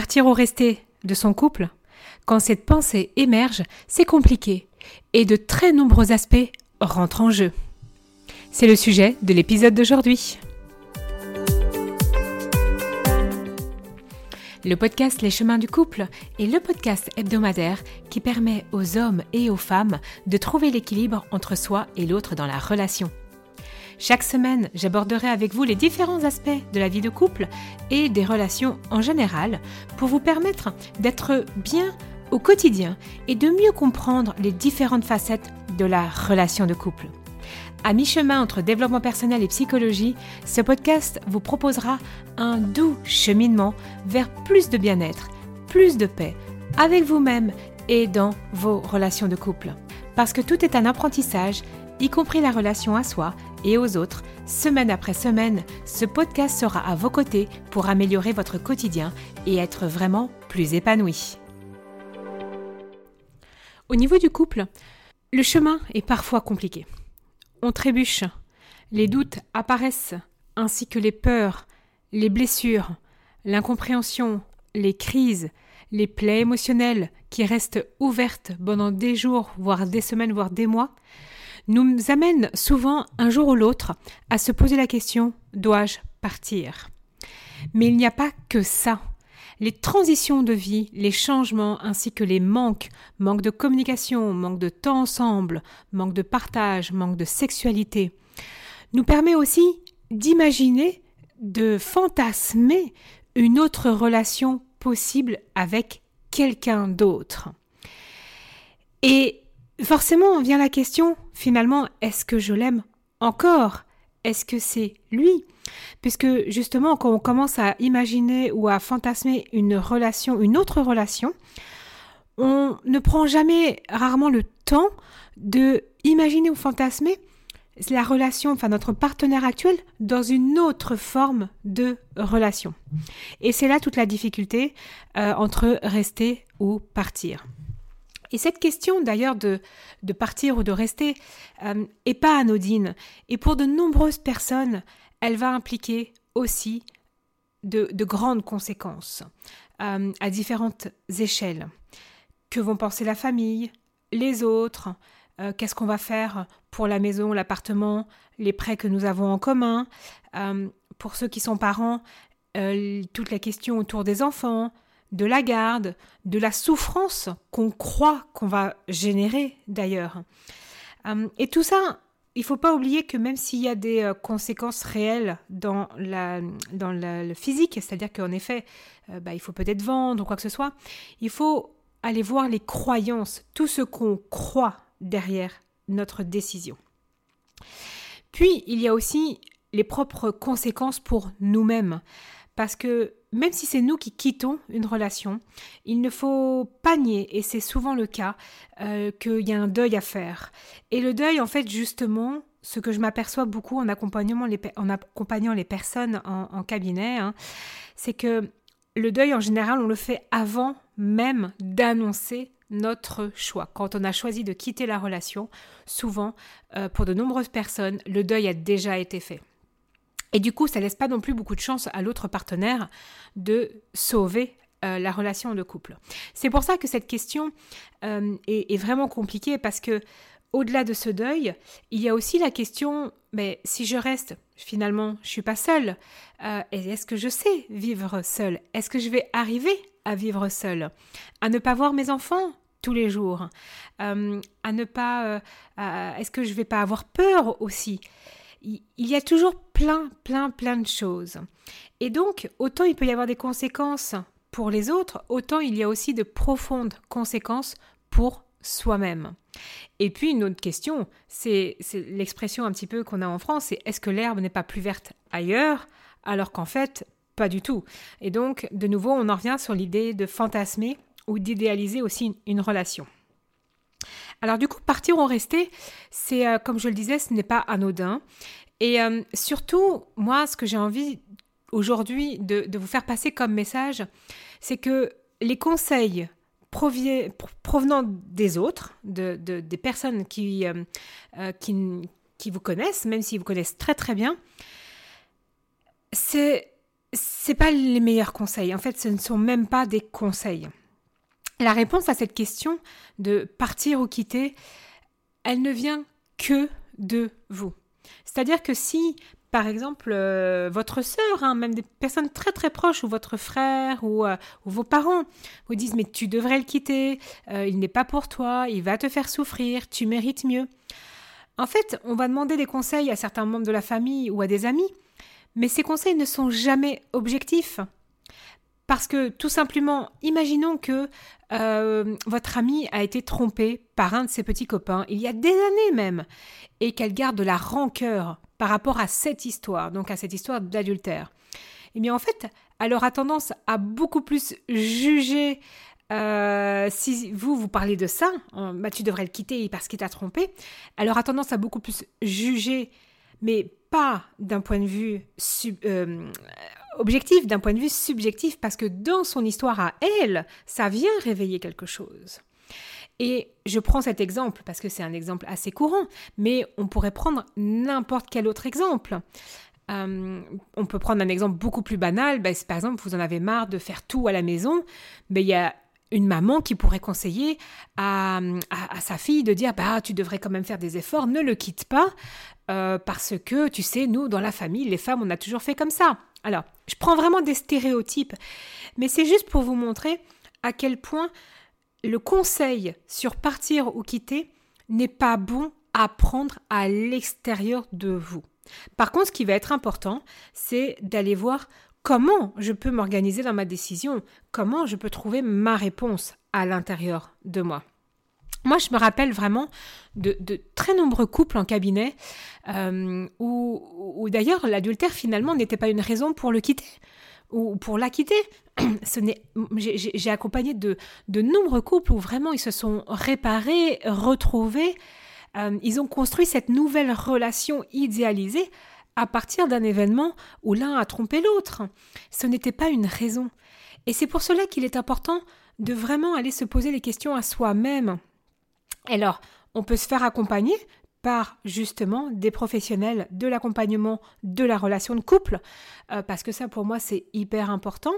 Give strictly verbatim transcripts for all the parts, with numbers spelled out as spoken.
partir ou rester de son couple, quand cette pensée émerge, c'est compliqué et de très nombreux aspects rentrent en jeu. C'est le sujet de l'épisode d'aujourd'hui. Le podcast Les Chemins du Couple est le podcast hebdomadaire qui permet aux hommes et aux femmes de trouver l'équilibre entre soi et l'autre dans la relation. Chaque semaine, j'aborderai avec vous les différents aspects de la vie de couple et des relations en général pour vous permettre d'être bien au quotidien et de mieux comprendre les différentes facettes de la relation de couple. À mi-chemin entre développement personnel et psychologie, ce podcast vous proposera un doux cheminement vers plus de bien-être, plus de paix, avec vous-même et dans vos relations de couple. Parce que tout est un apprentissage, y compris la relation à soi et aux autres, semaine après semaine, ce podcast sera à vos côtés pour améliorer votre quotidien et être vraiment plus épanoui. Au niveau du couple, le chemin est parfois compliqué. On trébuche, les doutes apparaissent, ainsi que les peurs, les blessures, l'incompréhension, les crises, les plaies émotionnelles qui restent ouvertes pendant des jours, voire des semaines, voire des mois, nous amènent souvent, un jour ou l'autre, à se poser la question « dois-je partir ?» Mais il n'y a pas que ça. Les transitions de vie, les changements ainsi que les manques, manque de communication, manque de temps ensemble, manque de partage, manque de sexualité, nous permet aussi d'imaginer, de fantasmer une autre relation possible avec quelqu'un d'autre. Et forcément vient la question, finalement, est-ce que je l'aime encore ? Est-ce que c'est lui ? Puisque justement, quand on commence à imaginer ou à fantasmer une relation, une autre relation, on ne prend jamais, rarement le temps de imaginer ou fantasmer la relation, enfin notre partenaire actuel, dans une autre forme de relation. Et c'est là toute la difficulté euh, entre rester ou partir. Et cette question d'ailleurs de, de partir ou de rester euh, est pas anodine. Et pour de nombreuses personnes, elle va impliquer aussi de, de grandes conséquences euh, à différentes échelles. Que vont penser la famille, les autres, euh, qu'est-ce qu'on va faire pour la maison, l'appartement, les prêts que nous avons en commun, euh, pour ceux qui sont parents, euh, toute la question autour des enfants, de la garde, de la souffrance qu'on croit qu'on va générer d'ailleurs. Euh, et tout ça, il ne faut pas oublier que même s'il y a des euh, conséquences réelles dans, la, dans la, le physique, c'est-à-dire qu'en effet, euh, bah, il faut peut-être vendre ou quoi que ce soit, il faut aller voir les croyances, tout ce qu'on croit derrière notre décision. Puis, il y a aussi les propres conséquences pour nous-mêmes. Parce que même si c'est nous qui quittons une relation, il ne faut pas nier, et c'est souvent le cas, euh, qu'il y a un deuil à faire. Et le deuil, en fait, justement, ce que je m'aperçois beaucoup en accompagnant les, en accompagnant les personnes en, en cabinet, hein, c'est que le deuil, en général, on le fait avant même d'annoncer notre choix. Quand on a choisi de quitter la relation, souvent, euh, pour de nombreuses personnes, le deuil a déjà été fait. Et du coup, ça ne laisse pas non plus beaucoup de chance à l'autre partenaire de sauver euh, la relation de couple. C'est pour ça que cette question euh, est, est vraiment compliquée parce que au-delà de ce deuil, il y a aussi la question, mais si je reste, finalement, je ne suis pas seule. Euh, est-ce que je sais vivre seule ? Est-ce que je vais arriver à vivre seule ? À ne pas voir mes enfants tous les jours ? euh, À ne pas... Euh, à, est-ce que je ne vais pas avoir peur aussi ? Il y a toujours plein, plein, plein de choses. Et donc, autant il peut y avoir des conséquences pour les autres, autant il y a aussi de profondes conséquences pour soi-même. Et puis, une autre question, c'est, c'est l'expression un petit peu qu'on a en France, c'est est-ce que l'herbe n'est pas plus verte ailleurs, alors qu'en fait, pas du tout. Et donc, de nouveau, on en revient sur l'idée de fantasmer ou d'idéaliser aussi une, une relation. Alors du coup, partir ou rester, c'est, euh, comme je le disais, ce n'est pas anodin. Et euh, surtout, moi, ce que j'ai envie aujourd'hui de, de vous faire passer comme message, c'est que les conseils provi- provenant des autres, de, de, des personnes qui, euh, euh, qui, qui vous connaissent, même s'ils vous connaissent très très bien, c'est c'est pas les meilleurs conseils. En fait, ce ne sont même pas des conseils. La réponse à cette question de partir ou quitter, elle ne vient que de vous. C'est-à-dire que si, par exemple, euh, votre sœur, hein, même des personnes très très proches, ou votre frère, ou, euh, ou vos parents, vous disent « mais tu devrais le quitter, euh, il n'est pas pour toi, il va te faire souffrir, tu mérites mieux ». En fait, on va demander des conseils à certains membres de la famille ou à des amis, mais ces conseils ne sont jamais objectifs. Parce que, tout simplement, imaginons que euh, votre amie a été trompée par un de ses petits copains, il y a des années même, et qu'elle garde de la rancœur par rapport à cette histoire, donc à cette histoire d'adultère. Eh bien, en fait, elle aura tendance à beaucoup plus juger, euh, si vous, vous parlez de ça, hein, bah, tu devrais le quitter parce qu'il t'a trompé, elle aura tendance à beaucoup plus juger, mais pas d'un point de vue sub, euh, objectif, d'un point de vue subjectif, parce que dans son histoire à elle, ça vient réveiller quelque chose. Et je prends cet exemple parce que c'est un exemple assez courant, mais on pourrait prendre n'importe quel autre exemple. Euh, on peut prendre un exemple beaucoup plus banal. Ben, par exemple, vous en avez marre de faire tout à la maison, ben, il y a une maman qui pourrait conseiller à, à, à sa fille de dire bah, « tu devrais quand même faire des efforts, ne le quitte pas, euh, parce que, tu sais, nous, dans la famille, les femmes, on a toujours fait comme ça. » Alors, je prends vraiment des stéréotypes, mais c'est juste pour vous montrer à quel point le conseil sur partir ou quitter n'est pas bon à prendre à l'extérieur de vous. Par contre, ce qui va être important, c'est d'aller voir comment je peux m'organiser dans ma décision, comment je peux trouver ma réponse à l'intérieur de moi. Moi, je me rappelle vraiment de, de très nombreux couples en cabinet euh, où, où d'ailleurs l'adultère finalement n'était pas une raison pour le quitter ou pour la quitter. Ce n'est, j'ai, j'ai accompagné de, de nombreux couples où vraiment ils se sont réparés, retrouvés. Euh, ils ont construit cette nouvelle relation idéalisée à partir d'un événement où l'un a trompé l'autre. Ce n'était pas une raison. Et c'est pour cela qu'il est important de vraiment aller se poser les questions à soi-même. Alors, on peut se faire accompagner par justement des professionnels de l'accompagnement de la relation de couple, euh, parce que ça pour moi c'est hyper important.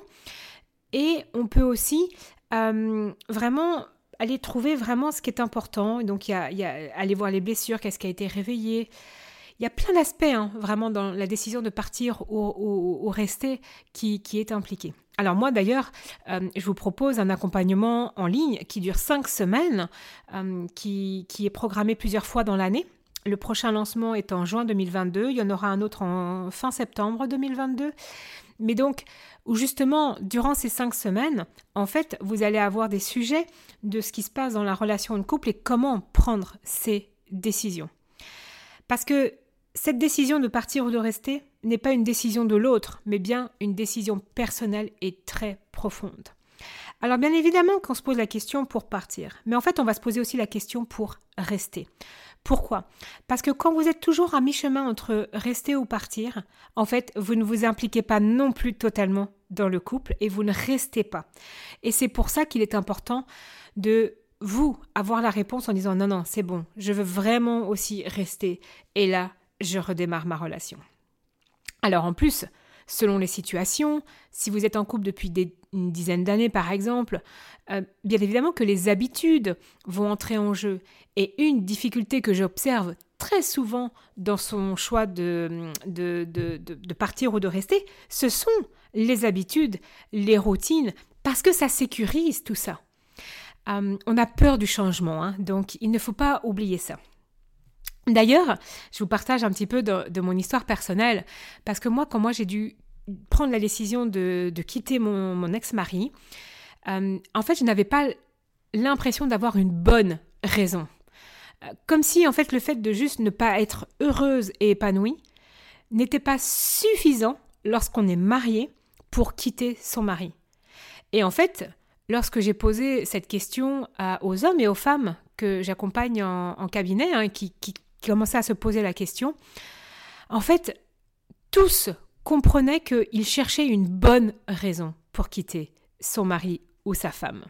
Et on peut aussi euh, vraiment aller trouver vraiment ce qui est important. Donc il y a, il y a aller voir les blessures, qu'est-ce qui a été réveillé. Il y a plein d'aspects hein, vraiment dans la décision de partir ou, ou, ou rester qui, qui est impliqué. Alors moi d'ailleurs, euh, je vous propose un accompagnement en ligne qui dure cinq semaines, euh, qui, qui est programmé plusieurs fois dans l'année. Le prochain lancement est en juin deux mille vingt-deux, il y en aura un autre en fin septembre deux mille vingt-deux. Mais donc, où justement, durant ces cinq semaines, en fait, vous allez avoir des sujets de ce qui se passe dans la relation de couple et comment prendre ces décisions. Parce que cette décision de partir ou de rester n'est pas une décision de l'autre, mais bien une décision personnelle et très profonde. Alors bien évidemment qu'on se pose la question pour partir, mais en fait on va se poser aussi la question pour rester. Pourquoi ? Parce que quand vous êtes toujours à mi-chemin entre rester ou partir, en fait vous ne vous impliquez pas non plus totalement dans le couple et vous ne restez pas. Et c'est pour ça qu'il est important de vous avoir la réponse en disant non, non, c'est bon, je veux vraiment aussi rester. Et là, je redémarre ma relation. Alors en plus, selon les situations, si vous êtes en couple depuis des, une dizaine d'années par exemple, euh, bien évidemment que les habitudes vont entrer en jeu. Et une difficulté que j'observe très souvent dans son choix de, de, de, de, de partir ou de rester, ce sont les habitudes, les routines, parce que ça sécurise tout ça. Euh, on a peur du changement, hein, donc il ne faut pas oublier ça. D'ailleurs, je vous partage un petit peu de, de mon histoire personnelle, parce que moi, quand moi j'ai dû prendre la décision de, de quitter mon, mon ex-mari, euh, en fait, je n'avais pas l'impression d'avoir une bonne raison. Euh, comme si, en fait, le fait de juste ne pas être heureuse et épanouie n'était pas suffisant lorsqu'on est marié pour quitter son mari. Et en fait, lorsque j'ai posé cette question à, aux hommes et aux femmes que j'accompagne en, en cabinet, hein, qui, qui, qui commençaient à se poser la question, en fait, tous comprenaient qu'ils cherchaient une bonne raison pour quitter son mari ou sa femme.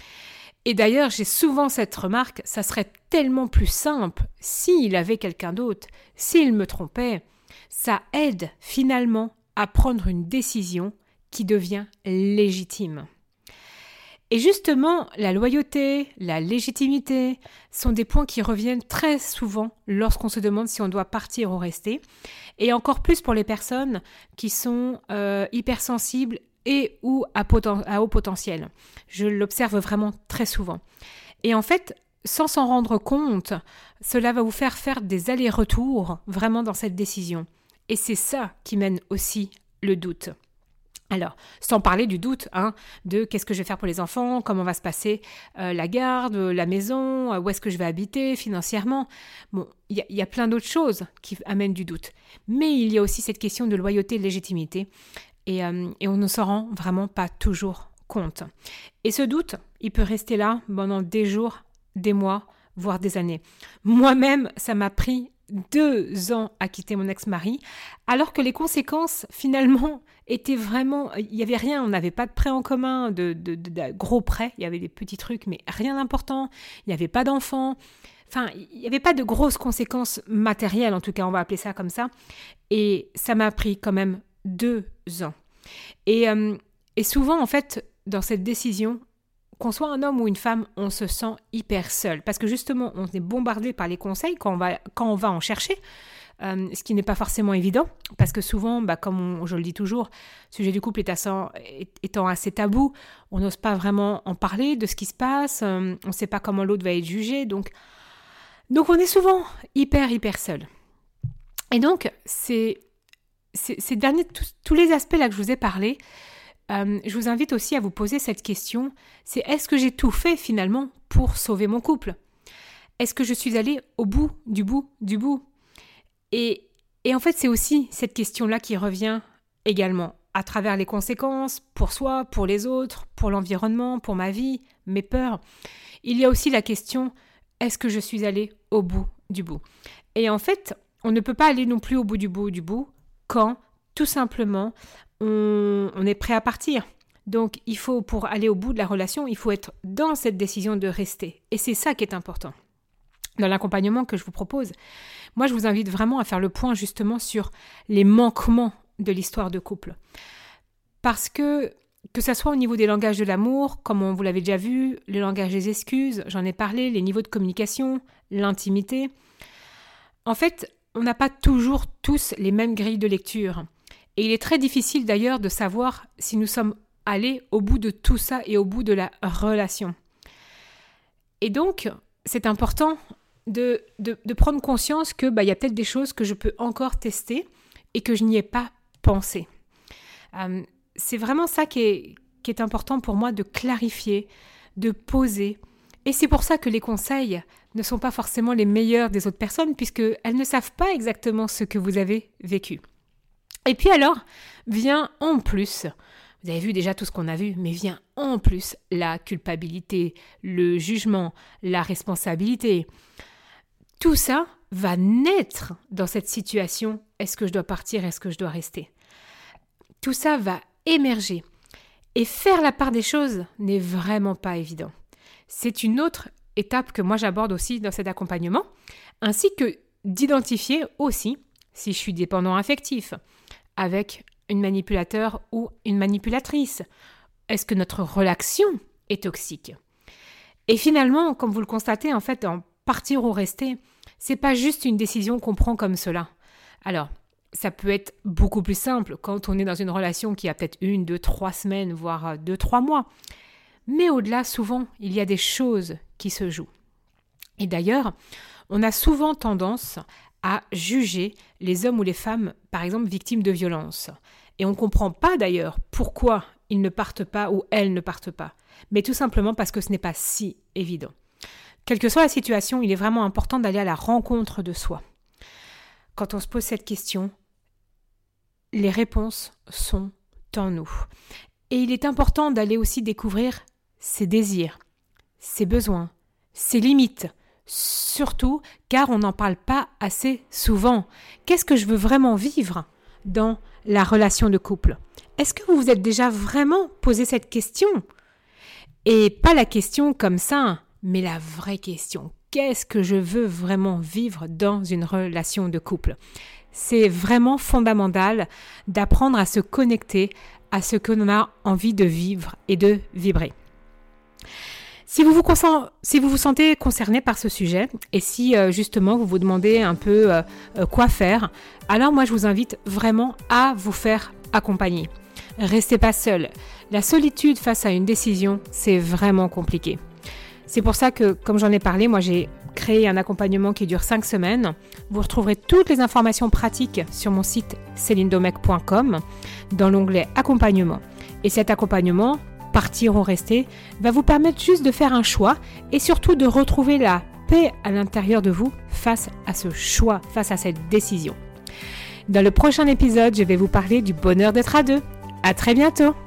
Et d'ailleurs, j'ai souvent cette remarque, ça serait tellement plus simple s'il avait quelqu'un d'autre, s'il me trompait. Ça aide finalement à prendre une décision qui devient légitime. Et justement, la loyauté, la légitimité sont des points qui reviennent très souvent lorsqu'on se demande si on doit partir ou rester. Et encore plus pour les personnes qui sont euh, hypersensibles et ou à, poten- à haut potentiel. Je l'observe vraiment très souvent. Et en fait, sans s'en rendre compte, cela va vous faire faire des allers-retours vraiment dans cette décision. Et c'est ça qui mène aussi le doute. Alors, sans parler du doute, hein, de qu'est-ce que je vais faire pour les enfants, comment va se passer euh, la garde, la maison, euh, où est-ce que je vais habiter financièrement. Bon, il y, y a plein d'autres choses qui amènent du doute. Mais il y a aussi cette question de loyauté et de légitimité. Et, euh, et on ne s'en rend vraiment pas toujours compte. Et ce doute, il peut rester là pendant des jours, des mois, voire des années. Moi-même, ça m'a pris deux ans à quitter mon ex-mari, alors que les conséquences, finalement, étaient vraiment... Il n'y avait rien, on n'avait pas de prêt en commun, de, de, de, de gros prêts, il y avait des petits trucs, mais rien d'important, il n'y avait pas d'enfants, enfin, il n'y avait pas de grosses conséquences matérielles, en tout cas, on va appeler ça comme ça, et ça m'a pris quand même deux ans. Et, euh, et souvent, en fait, dans cette décision, qu'on soit un homme ou une femme, on se sent hyper seul. Parce que justement, on est bombardé par les conseils quand on va, quand on va en chercher, euh, ce qui n'est pas forcément évident. Parce que souvent, bah, comme on, je le dis toujours, le sujet du couple est assez, étant assez tabou, on n'ose pas vraiment en parler de ce qui se passe, euh, on ne sait pas comment l'autre va être jugé. Donc, donc on est souvent hyper, hyper seul. Et donc, c'est, c'est, ces derniers, tous, tous les aspects là que je vous ai parlé, Euh, je vous invite aussi à vous poser cette question, c'est est-ce que j'ai tout fait finalement pour sauver mon couple ? Est-ce que je suis allée au bout du bout du bout ? et, et en fait, c'est aussi cette question-là qui revient également à travers les conséquences pour soi, pour les autres, pour l'environnement, pour ma vie, mes peurs. Il y a aussi la question, est-ce que je suis allée au bout du bout ? Et en fait, on ne peut pas aller non plus au bout du bout du bout quand, tout simplement, On, on est prêt à partir. Donc, il faut, pour aller au bout de la relation, il faut être dans cette décision de rester. Et c'est ça qui est important. Dans l'accompagnement que je vous propose, moi, je vous invite vraiment à faire le point justement sur les manquements de l'histoire de couple. Parce que, que ça soit au niveau des langages de l'amour, comme on vous l'avez déjà vu, le langage des excuses, j'en ai parlé, les niveaux de communication, l'intimité. En fait, on n'a pas toujours tous les mêmes grilles de lecture. Et il est très difficile d'ailleurs de savoir si nous sommes allés au bout de tout ça et au bout de la relation. Et donc, c'est important de, de, de prendre conscience que bah, y a peut-être des choses que je peux encore tester et que je n'y ai pas pensé. Euh, c'est vraiment ça qui est, qui est important pour moi de clarifier, de poser. Et c'est pour ça que les conseils ne sont pas forcément les meilleurs des autres personnes puisqu'elles ne savent pas exactement ce que vous avez vécu. Et puis alors, vient en plus, vous avez vu déjà tout ce qu'on a vu, mais vient en plus la culpabilité, le jugement, la responsabilité. Tout ça va naître dans cette situation, est-ce que je dois partir, est-ce que je dois rester ? Tout ça va émerger. Et faire la part des choses n'est vraiment pas évident. C'est une autre étape que moi j'aborde aussi dans cet accompagnement, ainsi que d'identifier aussi si je suis dépendant affectif, avec une manipulateur ou une manipulatrice. Est-ce que notre relation est toxique ? Et finalement, comme vous le constatez, en fait, en partir ou rester, c'est pas juste une décision qu'on prend comme cela. Alors, ça peut être beaucoup plus simple quand on est dans une relation qui a peut-être une, deux, trois semaines, voire deux, trois mois. Mais au-delà, souvent, il y a des choses qui se jouent. Et d'ailleurs, on a souvent tendance à juger les hommes ou les femmes, par exemple, victimes de violences. Et on ne comprend pas d'ailleurs pourquoi ils ne partent pas ou elles ne partent pas, mais tout simplement parce que ce n'est pas si évident. Quelle que soit la situation, il est vraiment important d'aller à la rencontre de soi. Quand on se pose cette question, les réponses sont en nous. Et il est important d'aller aussi découvrir ses désirs, ses besoins, ses limites, surtout car on n'en parle pas assez souvent. Qu'est-ce que je veux vraiment vivre dans la relation de couple ? Est-ce que vous vous êtes déjà vraiment posé cette question ? Et pas la question comme ça, mais la vraie question. Qu'est-ce que je veux vraiment vivre dans une relation de couple ? c'est vraiment fondamental d'apprendre à se connecter à ce que l'on a envie de vivre et de vibrer. Si vous vous, consen- si vous vous sentez concerné par ce sujet et si euh, justement vous vous demandez un peu euh, euh, quoi faire, alors moi je vous invite vraiment à vous faire accompagner. Restez pas seul. La solitude face à une décision, c'est vraiment compliqué. C'est pour ça que, comme j'en ai parlé, moi j'ai créé un accompagnement qui dure cinq semaines. Vous retrouverez toutes les informations pratiques sur mon site céline domecq point com dans l'onglet accompagnement. Et cet accompagnement, partir ou rester, va vous permettre juste de faire un choix et surtout de retrouver la paix à l'intérieur de vous face à ce choix, face à cette décision. Dans le prochain épisode, je vais vous parler du bonheur d'être à deux. À très bientôt!